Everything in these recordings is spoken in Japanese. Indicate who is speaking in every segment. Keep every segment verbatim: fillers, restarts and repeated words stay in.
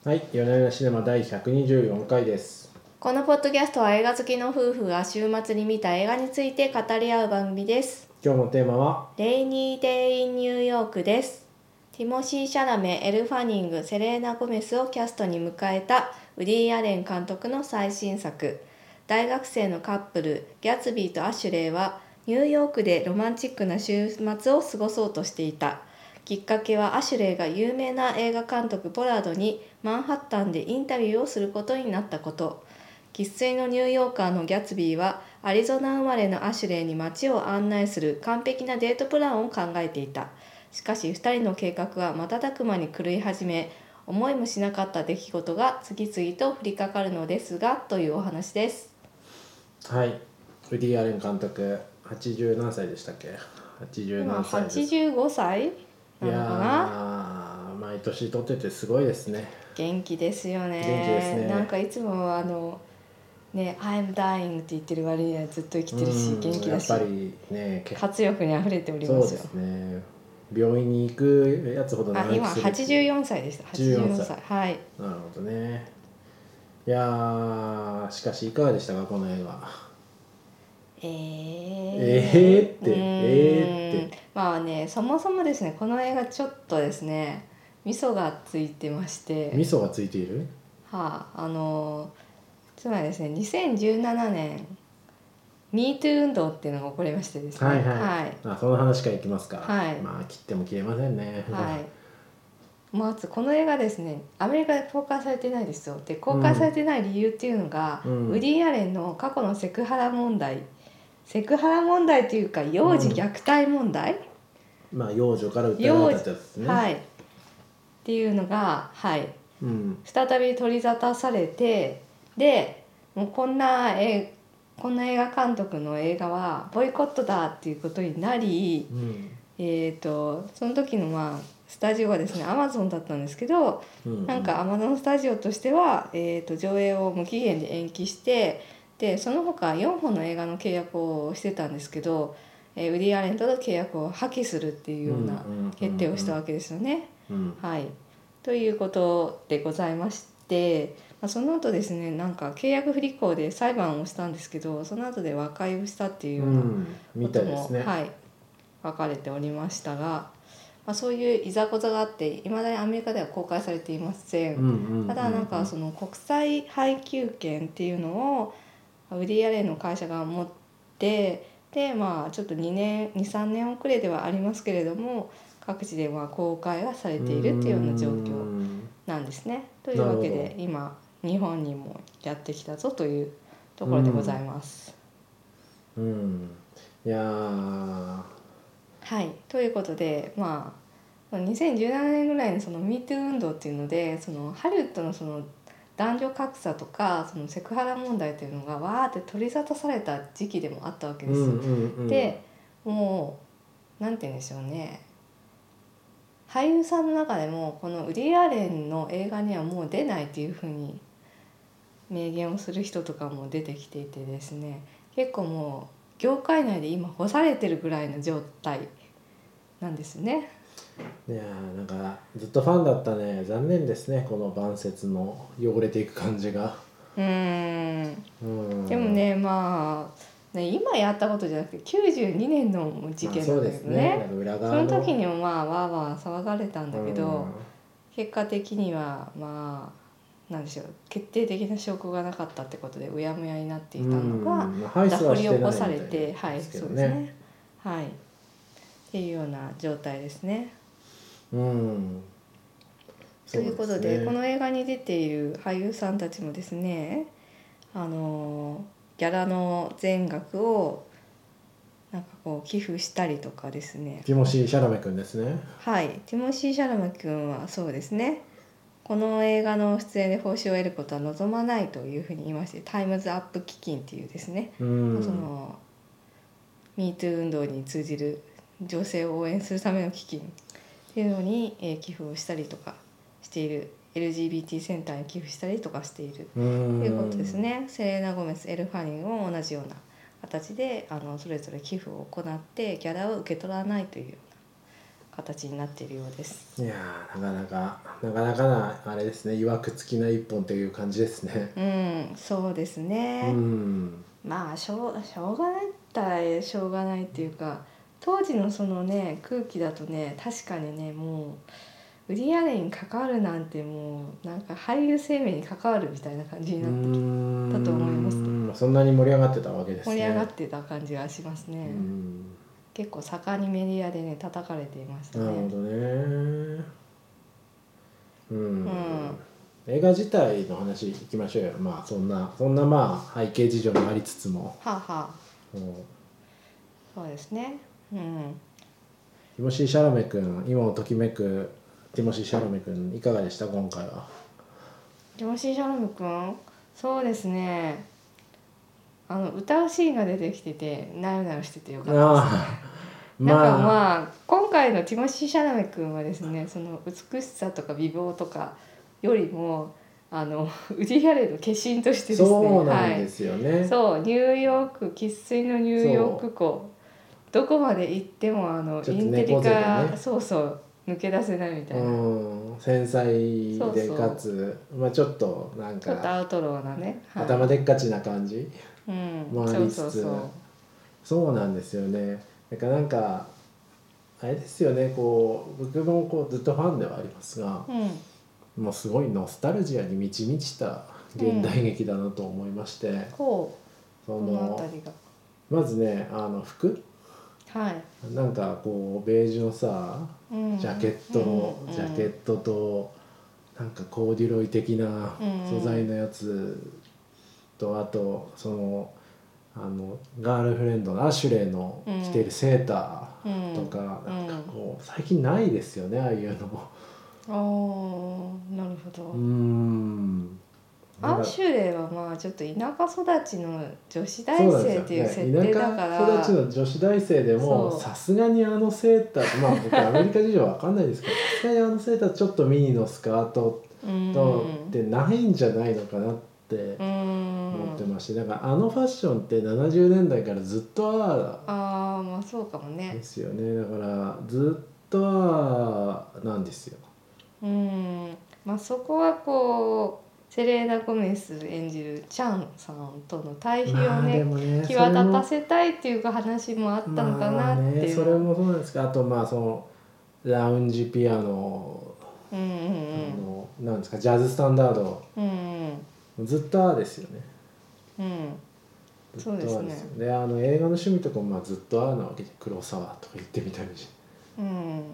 Speaker 1: はい、夜な夜なシネマ第ひゃくにじゅうよんかいです。
Speaker 2: このポッドキャストは映画好きの夫婦が週末に見た映画について語り合う番組です。
Speaker 1: 今日のテーマは
Speaker 2: レイニーデイ・イン・ニューヨークです。ティモシー・シャラメ、エル・ファニング、セレーナ・ゴメスをキャストに迎えたウディ・アレン監督の最新作。大学生のカップルギャツビーとアシュレイはニューヨークでロマンチックな週末を過ごそうとしていた。きっかけはアシュレイが有名な映画監督ポラードにマンハッタンでインタビューをすることになったこと。生粋のニューヨーカーのギャツビーはアリゾナ生まれのアシュレイに街を案内する完璧なデートプランを考えていた。しかしふたりの計画は瞬く間に狂い始め、思いもしなかった出来事が次々と降りかかるのですが、というお話です。
Speaker 1: はい、ウディ・アレン監督はちじゅう何歳でしたっけ。はちじゅう
Speaker 2: 今
Speaker 1: 何歳です。
Speaker 2: はちじゅうごさい
Speaker 1: いや
Speaker 2: なのかな。
Speaker 1: ー、毎年撮っててすごいですね。
Speaker 2: 元気ですよね。
Speaker 1: 元気ですね。
Speaker 2: なんかいつもあのね、I'm dying って言ってる割にはずっと生きてるし、元気だし、
Speaker 1: やっぱりね、
Speaker 2: 活力にあふれており
Speaker 1: そうで
Speaker 2: ますよ。
Speaker 1: すね。病院に行くやつほど
Speaker 2: あ、今
Speaker 1: 長生きする。
Speaker 2: はちじゅうよんさいでした。はちじゅうよんさい。はい。
Speaker 1: なるほどね。いやー、しかしいかがでしたか、この映画。
Speaker 2: えー、
Speaker 1: えーって
Speaker 2: うーん
Speaker 1: えーって
Speaker 2: まあね、そもそもですね、この映画ちょっとですね、味噌がついてまして、
Speaker 1: 味噌がついている。
Speaker 2: はあ、あのつまりですね、にせんじゅうななねん MeToo 運動っていうのが起こりましてですね、
Speaker 1: はいはい、
Speaker 2: はい、
Speaker 1: あ、その話からいきますか。
Speaker 2: はい
Speaker 1: まあ切っても切れませんね。
Speaker 2: はい。まずこの映画ですね、アメリカで公開されてないですよ。で、公開されてない理由っていうのが、
Speaker 1: うん、
Speaker 2: ウディ・アレンの過去のセクハラ問題、セクハラ問題というか幼児虐待問題、
Speaker 1: うん、まあ幼女から訴えられたってやつですね。
Speaker 2: はい、っていうのが、はい、
Speaker 1: うん、
Speaker 2: 再び取り沙汰されて、でもうこんなえこんな映画監督の映画はボイコットだっていうことになり、
Speaker 1: うん、
Speaker 2: えーとその時のまあスタジオがですね、アマゾンだったんですけど、
Speaker 1: うん、
Speaker 2: なんかアマゾンスタジオとしては、えーと上映を無期限で延期して、でその他よんほんの映画の契約をしてたんですけど、えーウディ・アレンとの契約を破棄するっていうような決定をしたわけですよね。
Speaker 1: うん、
Speaker 2: はい、ということでございまして、まあ、その後ですね、なんか契約不履行で裁判をしたんですけど、その後で和解をしたっていうようなことも、
Speaker 1: うんね、
Speaker 2: はい、書かれておりましたが、まあ、そういういざこざがあっていまだにアメリカでは公開されていません。
Speaker 1: うんうん、
Speaker 2: ただなんかその国際配給権っていうのをウディ・アレンの会社が持って、でまあちょっとにねんにさんねん遅れではありますけれども、各地でまあ公開がされているっていうような状況なんですね。というわけで今日本にもやってきたぞというところでございます。
Speaker 1: うん、うん、いやー、
Speaker 2: はい、ということで、まあ、にせんじゅうななねんぐらいにその MeToo 運動っていうので、そのハリウッドのその男女格差とかそのセクハラ問題というのがわーって取り沙汰された時期でもあったわけです。
Speaker 1: うんうんうん、
Speaker 2: でもうなんて言うんでしょうね、俳優さんの中でもこのウディ・アレンの映画にはもう出ないっていうふうに明言をする人とかも出てきていてですね、結構もう業界内で今干されてるぐらいの状態なんですね。
Speaker 1: いやー、なんかずっとファンだったね。残念ですね、この晩節の汚れていく感じが。
Speaker 2: うーん
Speaker 1: うん
Speaker 2: でもね、まあね、今やったことじゃなくてきゅうじゅうにねんの事件なんだけどね、
Speaker 1: まあ、そうですね、裏
Speaker 2: その
Speaker 1: 側の
Speaker 2: 時にもまあわーわー騒がれたんだけど、
Speaker 1: うん
Speaker 2: 結果的にはまあなんでしょう、決定的な証拠がなかったってことでうやむやになっていたのが、
Speaker 1: うん、
Speaker 2: また掘り起こされて、
Speaker 1: は
Speaker 2: はいい、
Speaker 1: ですけどね。
Speaker 2: そうですね、はい、っていうような状態ですね。
Speaker 1: うん、
Speaker 2: ということで、この映画に出ている俳優さんたちもですね、あのギャラの全額をなんかこう寄付したりとかですね。
Speaker 1: ティモシー・シャラメ君ですね。
Speaker 2: はい、ティモシー・シャラメ君はそうですね、この映画の出演で報酬を得ることは望まないというふうに言いまして、タイムズアップ基金っていうですね、
Speaker 1: うん、
Speaker 2: その MeToo 運動に通じる女性を応援するための基金っていうのに、えー、寄付をしたりとかしている、 エルジービーティー センターに寄付したりとかしているということですね。セレーナ・ゴメス、エル・ファニングも同じような形であのそれぞれ寄付を行ってギャラを受け取らないというよ形になっているようです。
Speaker 1: いやーなかなかなかなかなあれですね、いわくつきな一本という感じですね。
Speaker 2: うん、そうですね。
Speaker 1: うん、
Speaker 2: まあしょうしょうがないったらしょうがないっていうか、当時のそのね空気だとね、確かにねもうウディ・アレンに関わるなんてもうなんか俳優生命に関わるみたいな感じになってたと思います。
Speaker 1: うんそんなに盛り上がってたわけですね。
Speaker 2: 盛り上がってた感じがしますね。
Speaker 1: うん
Speaker 2: 結構盛んにメディアでね叩かれていましたね。
Speaker 1: なるほどね。うん、
Speaker 2: うん
Speaker 1: 映画自体の話いきましょうよ。まあそんなそんなまあ背景事情もありつつも、
Speaker 2: はあ、はあ、
Speaker 1: うん、
Speaker 2: そうですね。うん。
Speaker 1: ティモシー・シャラメ君、今をときめくティモシー・シャラメ君いかがでした今回は。
Speaker 2: ティモシー・シャラメ君、そうですね。あの歌うシーンが出てきててなよなよしててよかったですね。
Speaker 1: あー
Speaker 2: なんか
Speaker 1: まあ
Speaker 2: まあ今回のティモシー・シャラメ君はですね、その美しさとか美貌とかよりもあのウディ・アレンの化身としてですね、
Speaker 1: そうな
Speaker 2: はい、
Speaker 1: んですよね。
Speaker 2: そうニューヨーク生粋のニューヨーク校、どこまで行ってもあの
Speaker 1: ちょっと
Speaker 2: インテリ
Speaker 1: 猫背で
Speaker 2: か、
Speaker 1: ね、
Speaker 2: そうそう抜け出せないみたいな、
Speaker 1: うん、繊細で
Speaker 2: そうそう
Speaker 1: かつまあちょっとなん
Speaker 2: ちょっと
Speaker 1: か
Speaker 2: アウトローなね、はい、
Speaker 1: 頭でっかちな感じ
Speaker 2: うん、
Speaker 1: もあ
Speaker 2: そう
Speaker 1: りつつ、
Speaker 2: そうそう
Speaker 1: そうなんですよね。だからなんかあれですよね、こう僕もこうずっとファンではありますが、
Speaker 2: うん
Speaker 1: もうすごいノスタルジアに満ち満ちた現代劇だなと思いまして、
Speaker 2: こう
Speaker 1: そ
Speaker 2: この
Speaker 1: の
Speaker 2: 辺りが
Speaker 1: まずねあの服
Speaker 2: はい
Speaker 1: なんかこうベージュのさ
Speaker 2: うん
Speaker 1: ジャケットの、
Speaker 2: うん
Speaker 1: ジャケットとなんかコーデュロイ的な素材のやつと、あとそのあのガールフレンドのアシュレイの着ているセーターとか、
Speaker 2: うん
Speaker 1: なんかこう最近ないですよねああいうの。
Speaker 2: ああなるほど、
Speaker 1: うーんなんか
Speaker 2: アシュレイはまあちょっと田舎育ちの女子大
Speaker 1: そうなんですよ
Speaker 2: 生っていう設
Speaker 1: ね。
Speaker 2: 定だか
Speaker 1: 田
Speaker 2: ら、
Speaker 1: 舎育ちの女子大生でも
Speaker 2: そう
Speaker 1: さすがにあのセーター、まあ僕アメリカ事情わかんないですけど、さすがにあのセーターちょっとミニのスカート
Speaker 2: うん
Speaker 1: とってないんじゃないのかなって
Speaker 2: うん
Speaker 1: 思ってまして、だからあのファッションってななじゅうねんだいからずっとあ
Speaker 2: ああまあそうかも
Speaker 1: あ
Speaker 2: ね
Speaker 1: ですよね。だからずっとああなんですよ。
Speaker 2: うんまあそこはこうセレーナ・ゴメス演じるチャンさんとの対比を
Speaker 1: まあで
Speaker 2: ね、
Speaker 1: もね
Speaker 2: 際立たせたいっていうか話もあったのかなっていうのは、
Speaker 1: まあねそれもそうなんですけど、あとまあそのラウンジピアノ、
Speaker 2: うんうん
Speaker 1: あのなんですかジャズスタンダード
Speaker 2: うんうん
Speaker 1: ずっとああですよね。
Speaker 2: うん
Speaker 1: ず
Speaker 2: そうですね
Speaker 1: っとああですよ。であの映画の趣味とかもまあずっとああなわけで黒沢とか言ってみたりして。
Speaker 2: うんうん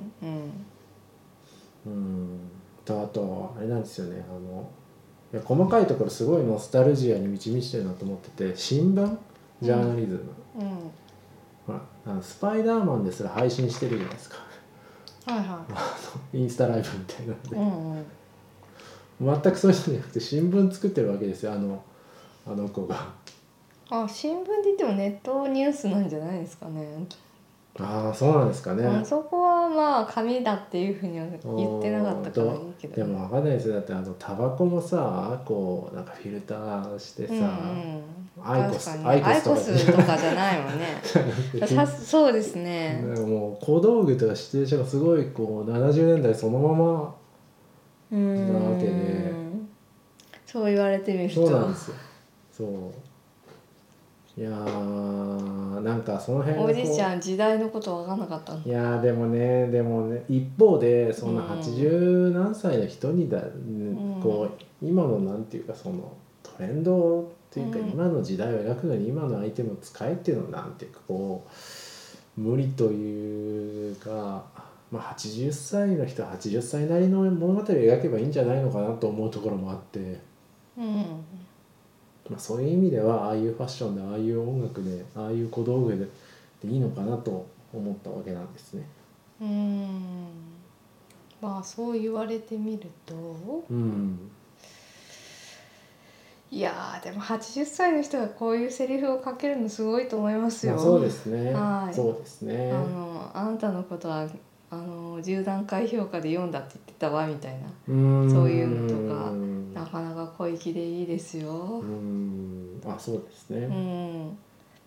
Speaker 1: うんとあとあれなんですよね、あのいや細かいところすごいノスタルジアに満ち満ちてるなと思ってて、新聞ジャーナリズム、
Speaker 2: うん
Speaker 1: ほらあのスパイダーマンですら配信してるじゃないですか
Speaker 2: はいは
Speaker 1: インスタライブみたいな
Speaker 2: いうんうん
Speaker 1: ので全くそうじゃなくて新聞作ってるわけですよ、あのあの子が。
Speaker 2: あ新聞で言ってもネットニュースなんじゃないですかね、
Speaker 1: ああそうなんですかね。
Speaker 2: うん、そこはまあ紙だっていうふうには言ってなかったからいいけど、
Speaker 1: でも分かんないですよ。だってあのタバコもさこうなんかフィルターしてさ、
Speaker 2: うんうん
Speaker 1: アイコス
Speaker 2: 確かに
Speaker 1: アイコスとか
Speaker 2: アイコスとかじゃないもんねさそうですね
Speaker 1: なんかもう小道具とか指定者がすごいこうななじゅうねんだいそのまま
Speaker 2: うーん
Speaker 1: なわけで、
Speaker 2: そう言われてみると
Speaker 1: そうなんですよ。そういやーなんかその辺がこう
Speaker 2: おじいちゃん時代のこと分かんなかったんだ。
Speaker 1: いやーでもねでもね一方でそんなはちじゅう何歳の人にだ、
Speaker 2: ん
Speaker 1: こう今のなんていうかそのトレンドっていうか、
Speaker 2: うん
Speaker 1: 今の時代を描くのに今のアイテムを使えっていうのはなんていうかこう無理というか、まあ、はちじゅっさいの人ははちじゅっさいなりの物語を描けばいいんじゃないのかなと思うところもあって、
Speaker 2: うん
Speaker 1: まあ、そういう意味ではああいうファッションでああいう音楽でああいう小道具ででいいのかなと思ったわけなんですね。
Speaker 2: うーんまあそう言われてみると
Speaker 1: うん
Speaker 2: いやーでもはちじゅっさいの人がこういうセリフをかけるのすごいと思いますよ。
Speaker 1: まあ、そうですね、
Speaker 2: はい
Speaker 1: そうですね。
Speaker 2: あのあなたのことはあのじゅうだんかい評価で読んだって言ってたわみたいな
Speaker 1: うーん
Speaker 2: そういうのとかなかなか小粋でいいですよ
Speaker 1: う。ーんあそうですね。
Speaker 2: うん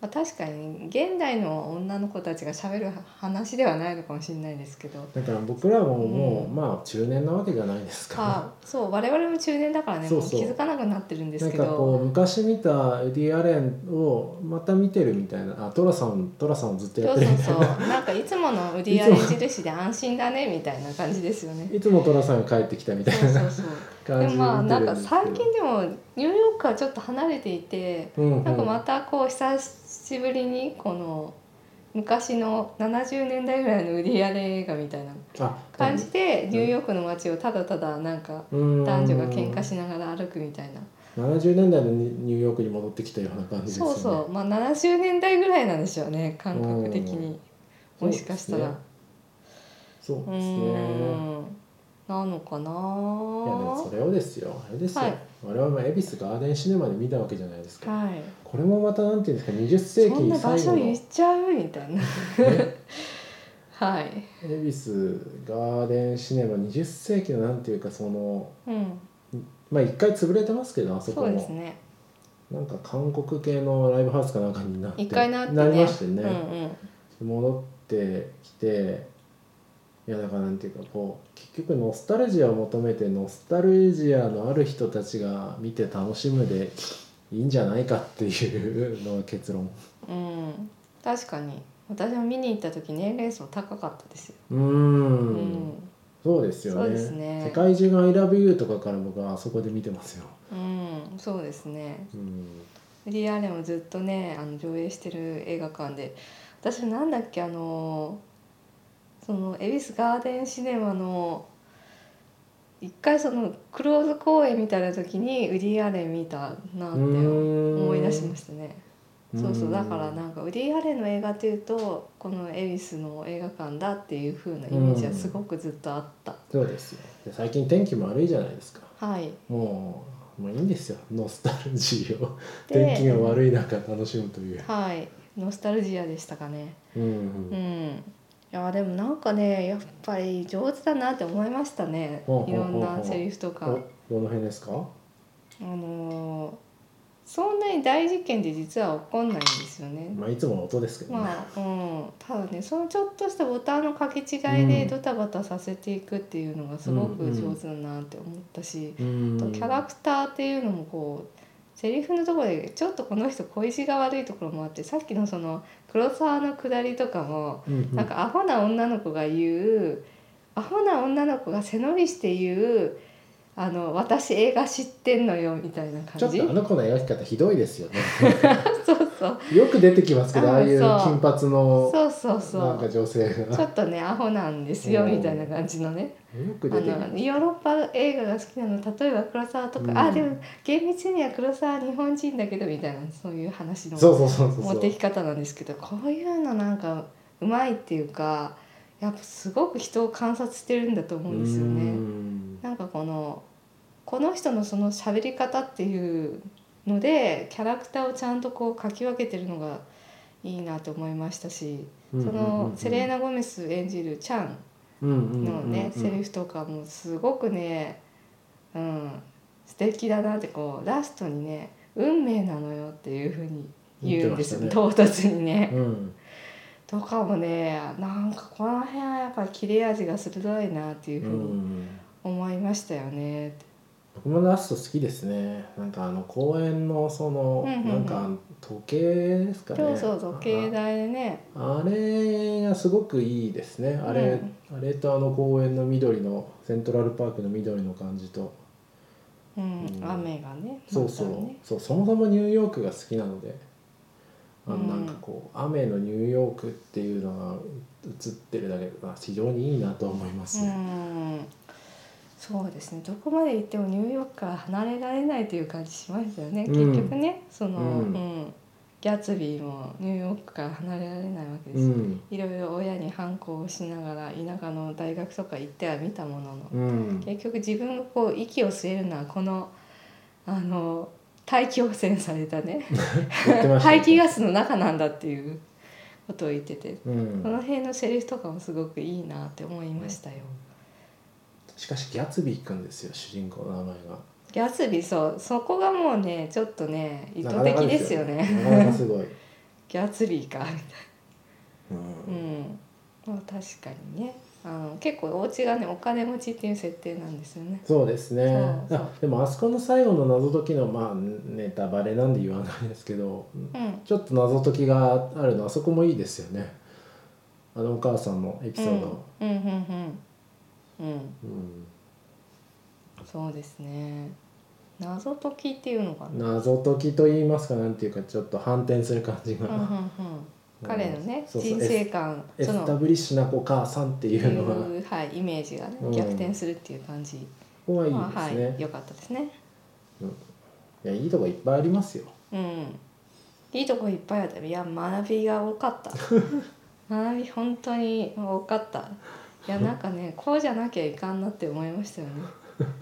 Speaker 2: まあ、確かに現代の女の子たちが喋る話ではないのかもしれないですけど、
Speaker 1: だから僕らももう、
Speaker 2: うん
Speaker 1: まあ中年なわけじゃないですか。
Speaker 2: あそう我々も中年だからね、
Speaker 1: そうそう
Speaker 2: もう気づかなくなってるんです
Speaker 1: なん
Speaker 2: けど、
Speaker 1: かこう昔見たウディ・アレンをまた見てるみたいな、あトラさんトラさんをずっとやってる
Speaker 2: そうそうそう
Speaker 1: みたいな
Speaker 2: なんかいつものウディアレン印で安心だねみたいな感じですよね。
Speaker 1: いつもトラさんが帰ってきたみたいな
Speaker 2: そうそうそう
Speaker 1: 感じで
Speaker 2: でもまあ
Speaker 1: 見て
Speaker 2: なんか
Speaker 1: るんですけど、
Speaker 2: 最近でもニューヨークはちょっと離れていて、
Speaker 1: うんうん、
Speaker 2: なんかまたこう久しぶりにこの昔のななじゅうねんだいぐらいのウディアレン映画みたいな
Speaker 1: あ
Speaker 2: 感じでニューヨークの街をただただなんか男女が喧嘩しながら歩くみたいな、
Speaker 1: ななじゅうねんだいのニューヨークに戻ってきたような感じですよね。
Speaker 2: そうそうまあななじゅうねんだいぐらいなんでしょうね感覚的に、もしかしたら
Speaker 1: そうですね。そう
Speaker 2: う
Speaker 1: ですね。
Speaker 2: ーんなのかない
Speaker 1: やでもそれをですよ、あれですよ、
Speaker 2: はい
Speaker 1: 我々も恵比寿ガーデンシネマで見たわけじゃないですか、
Speaker 2: はい
Speaker 1: これもまたなんていうんですか、にじゅっ世
Speaker 2: そんな
Speaker 1: 紀最後の
Speaker 2: 場所言っちゃうみたいな
Speaker 1: ね
Speaker 2: はい
Speaker 1: 恵比寿ガーデンシネマにじゅっ世紀のなんていうかその
Speaker 2: うん
Speaker 1: まあ一回潰れてますけどあそこ
Speaker 2: そう
Speaker 1: も
Speaker 2: ですね
Speaker 1: なんか韓国系のライブハウスかなんかになって
Speaker 2: 一回なってね
Speaker 1: りましてね、
Speaker 2: うんうん
Speaker 1: 戻ってきて、いやだからなんていうかこう結局ノスタルジアを求めてノスタルジアのある人たちが見て楽しむでいいんじゃないかっていうのが結論。
Speaker 2: うん確かに私も見に行った時年齢層高かったですよ。
Speaker 1: うーん
Speaker 2: うん
Speaker 1: そうですよね。
Speaker 2: そうですね
Speaker 1: 世界中が「I love you」とかから僕はあそこで見てますよ。
Speaker 2: うんそうですね。
Speaker 1: うん
Speaker 2: ウディ・アレンをずっとねあの上映してる映画館で、私なんだっけあのその恵比寿ガーデンシネマの一回そのクローズ公演みたいな時にウディ・アレン見たなって思い出しましたね。そうそうだからなんかウディ・アレンの映画っていうとこの恵比寿の映画館だっていう風なイメージはすごくずっとあった。
Speaker 1: そうですよ。で最近天気も悪いじゃないですか。
Speaker 2: はい
Speaker 1: もうもういいんですよ、ノスタルジーを
Speaker 2: で
Speaker 1: 天気が悪い中楽しむという。
Speaker 2: はいノスタルジアでしたかね。
Speaker 1: うんう
Speaker 2: うんんいやでもなんかねやっぱり上手だなって思いましたね。
Speaker 1: ほうほうほうほう
Speaker 2: いろんなセリフとか
Speaker 1: おどの辺ですか？
Speaker 2: あのーそんなに大事件で実は起こんないんですよね。
Speaker 1: まあいつもの音ですけどね。
Speaker 2: まあうんただねそのちょっとしたボタンの掛け違いでドタバタさせていくっていうのがすごく上手だなって思ったし、
Speaker 1: うん
Speaker 2: あとキャラクターっていうのもこうセリフのところでちょっとこの人小意地が悪いところもあって、さっきのその黒沢の下りとかも
Speaker 1: うんうん
Speaker 2: なんかアホな女の子が言うアホな女の子が背伸びして言うあの私映画知ってんのよみたいな
Speaker 1: ちょ
Speaker 2: 感じ。
Speaker 1: っとあの子の描き方ひどいですよね。
Speaker 2: そうそう
Speaker 1: よく出てきますけど、
Speaker 2: うん
Speaker 1: ああいう
Speaker 2: そう
Speaker 1: 金髪の
Speaker 2: そうそうそう
Speaker 1: なんか女性が
Speaker 2: ちょっとねアホなんですよみたいな感じのね、
Speaker 1: よく
Speaker 2: あ
Speaker 1: 出てきます。
Speaker 2: のヨーロッパ映画が好きなの例えば黒沢とか、
Speaker 1: うん
Speaker 2: あでも厳密には黒沢日本人だけどみたいなそういう話の
Speaker 1: そうそうそうそうそう
Speaker 2: 持ってき方なんですけど、こういうのなんかうまいっていうかやっぱすごく人を観察してるんだと思うんですよ
Speaker 1: う
Speaker 2: ね。
Speaker 1: ん
Speaker 2: なんかこのこの人のその喋り方っていうのでキャラクターをちゃんとこう書き分けてるのがいいなと思いましたし、そのセレーナ・ゴメス演じるチャンのねセリフとかもすごくね、うん、素敵だなってこうラストにね「運命なのよ」っていうふうに言うんですよ、唐突にね。
Speaker 1: うん
Speaker 2: とかもねなんかこの辺はやっぱり切れ味が鋭いなっていうふうに思いましたよねって。
Speaker 1: 僕もラスト好きですね。なんかあの公園のその、
Speaker 2: うんうんうん
Speaker 1: なんか時計ですかね。
Speaker 2: そうそう時計台でね
Speaker 1: ああれがすごくいいですね。あれ、あれとあの公園の緑のセントラルパークの緑の感じと、
Speaker 2: うん
Speaker 1: うん
Speaker 2: 雨がね
Speaker 1: そうそう、
Speaker 2: またね
Speaker 1: そうそもそもニューヨークが好きなので、あの
Speaker 2: うん
Speaker 1: なんかこう雨のニューヨークっていうのが映ってるだけで非常にいいなと思います
Speaker 2: う
Speaker 1: ね。
Speaker 2: んそうですねどこまで行ってもニューヨークから離れられないという感じしましたよね、
Speaker 1: うん
Speaker 2: 結局ねその、
Speaker 1: うん
Speaker 2: うんギャツビーもニューヨークから離れられないわけですよ、
Speaker 1: うん
Speaker 2: いろいろ親に反抗をしながら田舎の大学とか行っては見たものの、
Speaker 1: うん
Speaker 2: 結局自分がこう息を吸えるのはこのあの大気汚染されたね
Speaker 1: 言ってましたね
Speaker 2: 排気ガスの中なんだっていうことを言ってて、
Speaker 1: うん
Speaker 2: この辺のセリフとかもすごくいいなって思いましたよ。
Speaker 1: しかしギャツビーくんですよ、主人公の名前が。
Speaker 2: ギャツビーそうそこがもうねちょっとね意図的ですよね。
Speaker 1: なかなかすごい。
Speaker 2: ギギャツリーかみたい
Speaker 1: うん
Speaker 2: な、うんまあ、確かにねあの結構お家がねお金持ちっていう設定なんですよね。
Speaker 1: そうですね。
Speaker 2: そうそう
Speaker 1: あでもあそこの最後の謎解きのまあネタバレなんで言わないですけど、
Speaker 2: うん
Speaker 1: ちょっと謎解きがあるのあそこもいいですよね。あのお母さんのエピソード、
Speaker 2: うんうんうんうんうん
Speaker 1: うん
Speaker 2: そうですね。謎解きっていうのかな。
Speaker 1: 謎解きと言いますかなんていうかちょっと反転する感じが、
Speaker 2: うんうんうん、彼のね
Speaker 1: そうそう
Speaker 2: 人生観
Speaker 1: エ
Speaker 2: その
Speaker 1: スタブリッシュなお母さんって
Speaker 2: って
Speaker 1: いうのは
Speaker 2: いう、はい、イメージがね、
Speaker 1: うん
Speaker 2: 逆転するっていう感じ
Speaker 1: ここはいい
Speaker 2: は、
Speaker 1: ですね、
Speaker 2: はい、良かったですね。
Speaker 1: うん、いやいいとこいっぱいありますよ。
Speaker 2: うんいいとこいっぱいあった。いや学びが多かった学び本当に多かった。いやなんかねこうじゃなきゃいかんなって思いましたよね。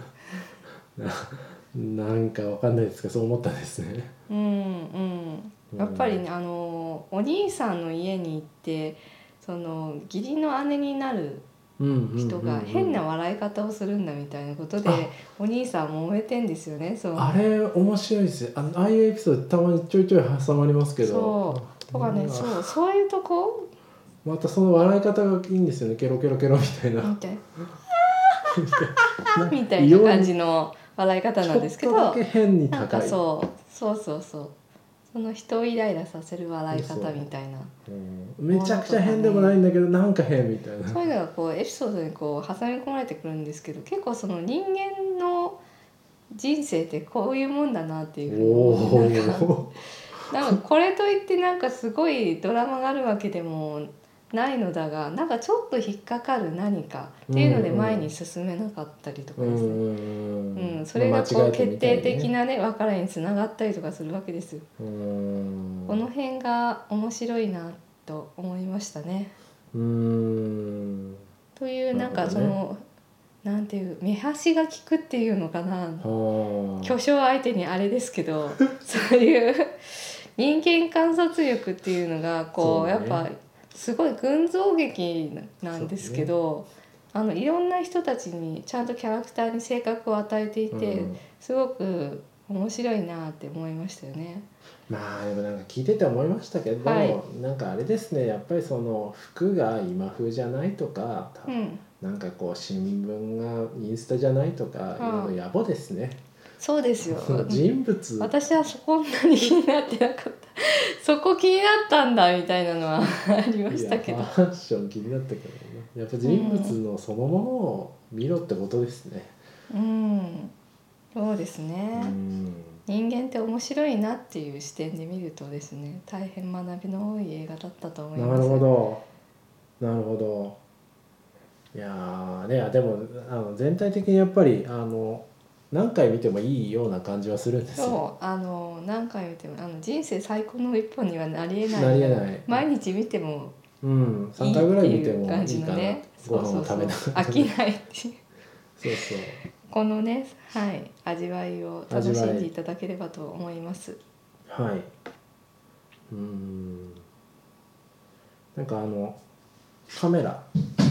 Speaker 1: なんかわかんないですけどそう思ったんですね。
Speaker 2: うんうんやっぱりねあのお兄さんの家に行ってその義理の姉になる人が変な笑い方をするんだみたいなことでお兄さん揉めてんですよね。その
Speaker 1: あれ面白いですよ。あのああいうエピソードたまにちょいちょい挟まりますけど、
Speaker 2: そうとかね、そうそういうとこ
Speaker 1: またその笑い方がいいんですよね。ケロケロケロみたいな
Speaker 2: みたいなみたいな感じの笑い方なんですけど、
Speaker 1: ちょっとだけ変に
Speaker 2: なん
Speaker 1: 高い。
Speaker 2: かそうそうそうそうその人をイライラさせる笑い方みたいな、
Speaker 1: うん、めちゃくちゃ変でもないんだけどなんか変みたいな。
Speaker 2: そういうのがこうエピソードにこう挟み込まれてくるんですけど、結構その人間の人生ってこういうもんだなっていうふうに思う。なんかなんかこれといってなんかすごいドラマがあるわけでもないのだが、なんかちょっと引っかかる何かっていうので前に進めなかったりとかですね、うんうん、それがこう決定的なね別れにつながったりとかするわけですよ。
Speaker 1: うん
Speaker 2: この辺が面白いなと思いましたね。
Speaker 1: うーん
Speaker 2: というなんかそのなんていう目端が利くっていうのかな、巨匠相手にあれですけどそういう人間観察力っていうのがこうやっぱすごい群像劇なんですけど、あのいろんな人たちにちゃんとキャラクターに性格を与えていてすごく面白いなって思いましたよね。
Speaker 1: まあでもなんか聞いてて思いましたけど、はい、なんかあれですねやっぱりその服が今風じゃないとか、うん、なんかこう新聞がインスタじゃないとかいうの野暮ですね。
Speaker 2: そうですよ。
Speaker 1: 人物
Speaker 2: 私はそこんなに気になってなかったそこ気になったんだみたいなのはありましたけど、
Speaker 1: ファッション気になったけどね、やっぱ人物のそのものを見ろってことですね。
Speaker 2: うん、うん、そうですね。うん人間って面白いなっていう視点で見るとですね大変学びの多い映画だったと思います。
Speaker 1: なるほどなるほど。いやねでもあの全体的にやっぱりあの何回見てもいいような感じはするんですよ。
Speaker 2: そうあの何回見てもあの人生最高の一本にはなりえない
Speaker 1: なりえない
Speaker 2: 毎日見ても
Speaker 1: うんさんかいぐらい見てもいいかな、
Speaker 2: ね、
Speaker 1: ご飯を食べながら
Speaker 2: 飽きないっていう
Speaker 1: そうそう
Speaker 2: このね、はい、味わいを楽しんでいただければと思います。
Speaker 1: はい。うんなんかあのカメラ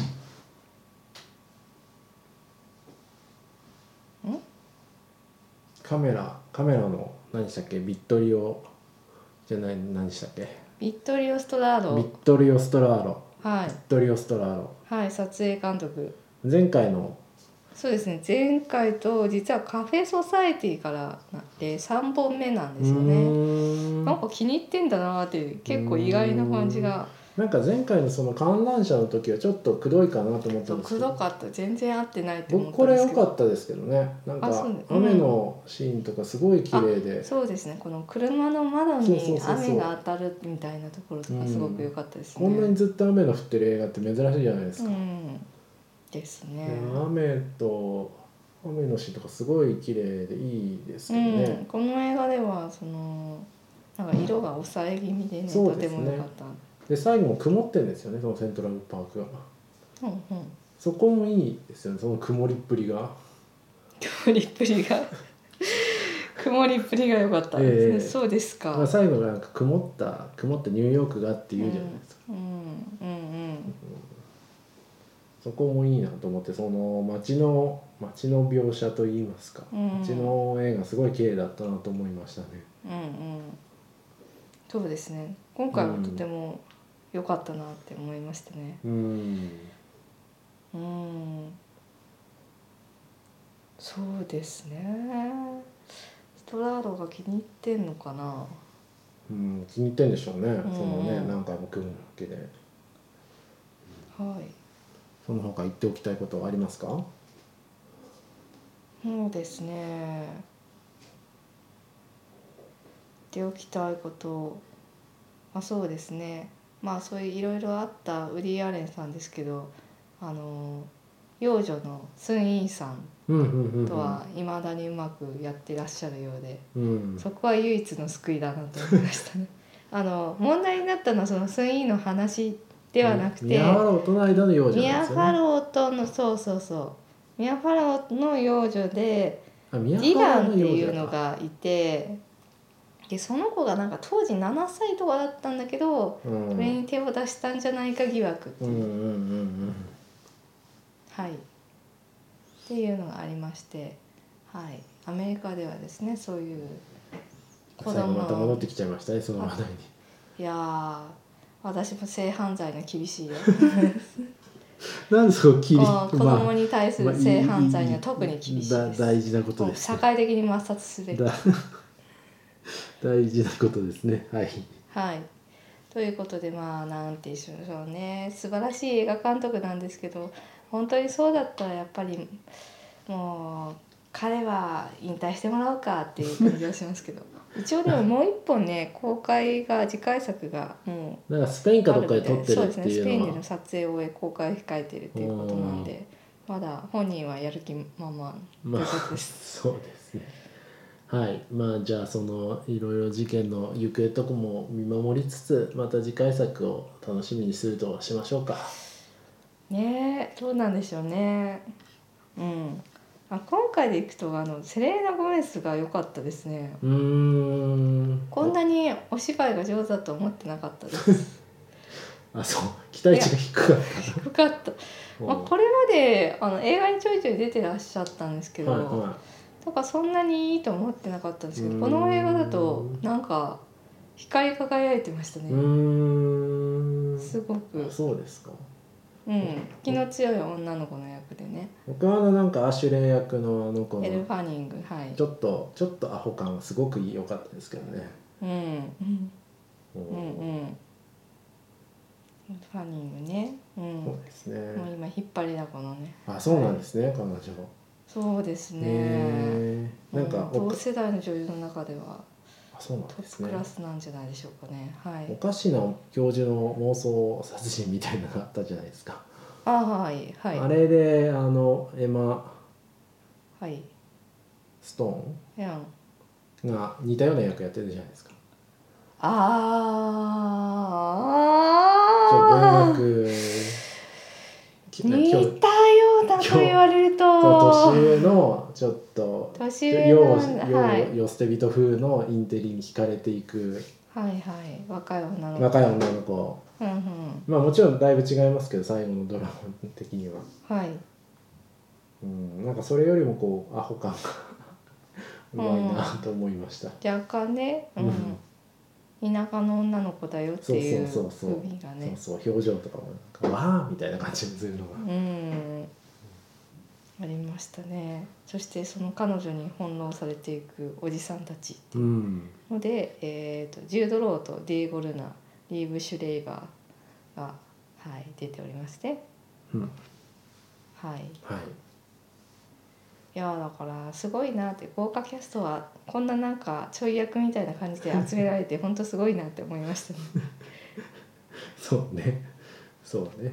Speaker 1: カメラカメラの何でしたっけビットリオじゃない何でしたっけ
Speaker 2: ビットリオ・ストラーロ
Speaker 1: ビットリオ・ストラーロ
Speaker 2: はい
Speaker 1: ビットリオ・ストラーロ
Speaker 2: はい撮影監督
Speaker 1: 前回の
Speaker 2: そうですね前回と実はカフェソサエティからでさんぼんめなんですよね。なんか気に入ってんだなって結構意外な感じが
Speaker 1: なんか前回のその観覧車の時はちょっとくどいかなと思ったんですけど
Speaker 2: くどかった全然合ってないと思ったんですけど
Speaker 1: 僕これ良かったですけどねなんか雨のシーンとかすごい綺麗で、
Speaker 2: うん、そうですねこの車の窓に雨が当たるみたいなところとかすごく良かったですね、
Speaker 1: うん、こんなにずっと雨の降ってる映画って珍しいじゃないですか、
Speaker 2: うん、ですね
Speaker 1: 雨と雨のシーンとかすごい綺麗でいいですけどね、
Speaker 2: うん、この映画ではそのなんか色が抑え気味でね、うん、とても良かった
Speaker 1: で最後も曇ってんですよねそのセントラルパークが、
Speaker 2: うんうん、
Speaker 1: そこもいいですよねその曇りっぷりが
Speaker 2: 曇りっぷりが曇りっぷりが良かったですね、えー、そうですか、
Speaker 1: まあ、最後なんか曇った曇ったニューヨークがって言うじゃないですか、
Speaker 2: うんうんうんうん、
Speaker 1: そこもいいなと思ってその街の街の描写といいますか、うん、街の絵がすごい綺麗だったなと思いましたね。
Speaker 2: うんうん、 そうですね。今回もとても良かったなって思いましたね。
Speaker 1: うん、
Speaker 2: うん、そうですね。ストラーロが気に入ってんのかな。
Speaker 1: うん、気に入ってんでしょうね、
Speaker 2: うん、
Speaker 1: そのね何回も組むわけで。
Speaker 2: はい。
Speaker 1: その他言っておきたいことはありますか？
Speaker 2: そうですね。言っておきたいこと、あ、そうですね。まあそういういろいろあったウディ・アレンさんですけど、あの幼女のスン・イーさん
Speaker 1: うんうん
Speaker 2: とはいまだにうまくやってらっしゃるようで、
Speaker 1: うんうん。
Speaker 2: そこは唯一の救いだなと思いましたね。あの問題になったのはそのスン・イーの話ではなく
Speaker 1: ミヤハ
Speaker 2: て、
Speaker 1: ローとの間の幼女
Speaker 2: ミヤ・
Speaker 1: なんですよね。
Speaker 2: ファローとの、そうそうそうミヤ・ファローの幼女で
Speaker 1: あ、ミヤ
Speaker 2: ディ
Speaker 1: ハローの
Speaker 2: ランっていう
Speaker 1: 幼女か。
Speaker 2: のがいて、でその子がなんか当時ななさいとかだったんだけど、
Speaker 1: うん、
Speaker 2: それに手を出したんじゃないか疑惑っていう、
Speaker 1: うんうんうん
Speaker 2: はいっていうのがありまして、はい、アメリカではですねそういう
Speaker 1: うん。
Speaker 2: 子
Speaker 1: 最後また戻
Speaker 2: 供、
Speaker 1: ってきちゃいましたね、その話題に。
Speaker 2: いやー私も性犯罪の厳しいよ
Speaker 1: なんでそこ切り、
Speaker 2: こう子供に対す
Speaker 1: まあ
Speaker 2: る性犯罪に
Speaker 1: いい
Speaker 2: は特に厳しいです。
Speaker 1: だ大事なこと
Speaker 2: もう
Speaker 1: ですね。
Speaker 2: 社会的に抹殺すべき。
Speaker 1: だ大事なことですね。はい。
Speaker 2: はい。ということで、まあなんて言うんでしょうね、素晴らしい映画監督なんですけど、本当にそうだったらやっぱりもう彼は引退してもらおうかっていう感じがしますけど一応でももう一本ね公開が次回作がも
Speaker 1: なんかスペインか
Speaker 2: うあるみたいで、
Speaker 1: どっかで撮って
Speaker 2: そうですね、
Speaker 1: るっていう
Speaker 2: スペインで
Speaker 1: のは。
Speaker 2: の撮影を終え公開を控えているっていうことなんで、まだ本人はやる気ままということです。
Speaker 1: そうですね。はい、まあじゃあそのいろいろ事件の行方とかも見守りつつ、また次回作を楽しみにするとしましょうか。
Speaker 2: ねえ、どうなんでしょうね。うん。あ、今回でいくとあのセレーナ・ゴメスが良かったですね。
Speaker 1: うーん。
Speaker 2: こんなにお芝居が上手だと思ってなかったです。
Speaker 1: あ、そう、期待値が低かっ
Speaker 2: 低かった。
Speaker 1: た。
Speaker 2: まあ、これまであの映画にちょいちょい出てらっしゃったんですけど、
Speaker 1: はいは
Speaker 2: とかそんなにいいと思ってなかったんですけど、
Speaker 1: うーん
Speaker 2: この映画だとなんか光り輝いてました
Speaker 1: い。う
Speaker 2: ね。
Speaker 1: ーん。
Speaker 2: すごく、
Speaker 1: あ、そうですか。
Speaker 2: うん、気の強い女の子の役でね。
Speaker 1: 僕はあのなんかアシュレイ役のあの子
Speaker 2: エル・
Speaker 1: の
Speaker 2: ファニング、はい。
Speaker 1: ちょっとちょっとアホ感がすごく良かったですけどね。
Speaker 2: うん、うん、
Speaker 1: う
Speaker 2: うん、うん。エル・ファニングね。うん。
Speaker 1: そうですね。
Speaker 2: もう今引っ張りだこのね。
Speaker 1: あ、そうなんですね、彼女。
Speaker 2: そうですね。
Speaker 1: へーなんか
Speaker 2: うん、
Speaker 1: おか
Speaker 2: 同世代の女優の中では
Speaker 1: あ、そうなん
Speaker 2: トッ
Speaker 1: ですね。
Speaker 2: プクラスなんじゃないでしょうかね。はい。
Speaker 1: おかしな教授の妄想殺人みたいなのがあったじゃないですか。
Speaker 2: あ、はいはい
Speaker 1: あれであのエマ・
Speaker 2: はい。
Speaker 1: スト
Speaker 2: うん。
Speaker 1: ーンが似たような役やってるじゃないですか。ちょ
Speaker 2: ああ。
Speaker 1: 文学き
Speaker 2: 似
Speaker 1: きょ
Speaker 2: たようだと言われる
Speaker 1: そう
Speaker 2: と。
Speaker 1: 年上のちょっと
Speaker 2: 年上
Speaker 1: 世
Speaker 2: の
Speaker 1: 世
Speaker 2: はい
Speaker 1: 世捨て人風のインテリに惹かれていく
Speaker 2: はいはい。若い女の子。
Speaker 1: 若い女の子。
Speaker 2: うんうん。
Speaker 1: まあもちろんだいぶ違いますけど最後のドラマ的には。
Speaker 2: はい。
Speaker 1: うん、なんかそれよりもこうアホ感がうまいなと思いました。
Speaker 2: 若干ね、うん。田舎の女の子だよって
Speaker 1: そう
Speaker 2: いう
Speaker 1: そうそうそう
Speaker 2: 風味がね。
Speaker 1: そうそう表情とかもなんかわーみたいな感じにするのが。
Speaker 2: うん。ありましたね。そしてその彼女に翻弄されていくおじさんたちっていう
Speaker 1: うん
Speaker 2: ので、えー、とジュード・ローとディーゴ・ルナ、リーブ・シュレイバーが、はい、出ておりまして、
Speaker 1: うん
Speaker 2: はい、
Speaker 1: はい。
Speaker 2: いやだからすごいなって、豪華キャストはこんななんかちょい役みたいな感じで集められて本当すごいなって思いましたね。
Speaker 1: そうねそうね。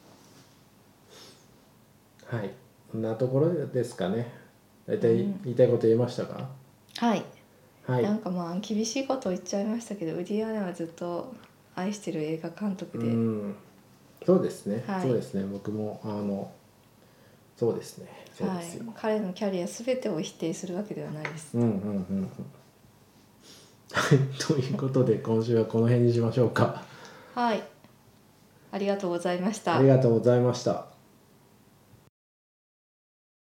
Speaker 1: はい、こんなところですかね。大体
Speaker 2: うん
Speaker 1: 言いたいこと言いましたか？
Speaker 2: はい、
Speaker 1: はい
Speaker 2: なんかまあ厳しいことを言っちゃいましたけど、ウディ・アレンはずっと愛してる映画監督
Speaker 1: う
Speaker 2: で、
Speaker 1: んそうですね、
Speaker 2: はい
Speaker 1: そうですね。僕もあのそうですねそう
Speaker 2: はい
Speaker 1: ですよ。、
Speaker 2: 彼のキャリア全てを否定するわけではないです。
Speaker 1: うんうんうんうんはいということで今週はこの辺にしましょうか。
Speaker 2: はい、ありがとうございました。
Speaker 1: ありがとうございました。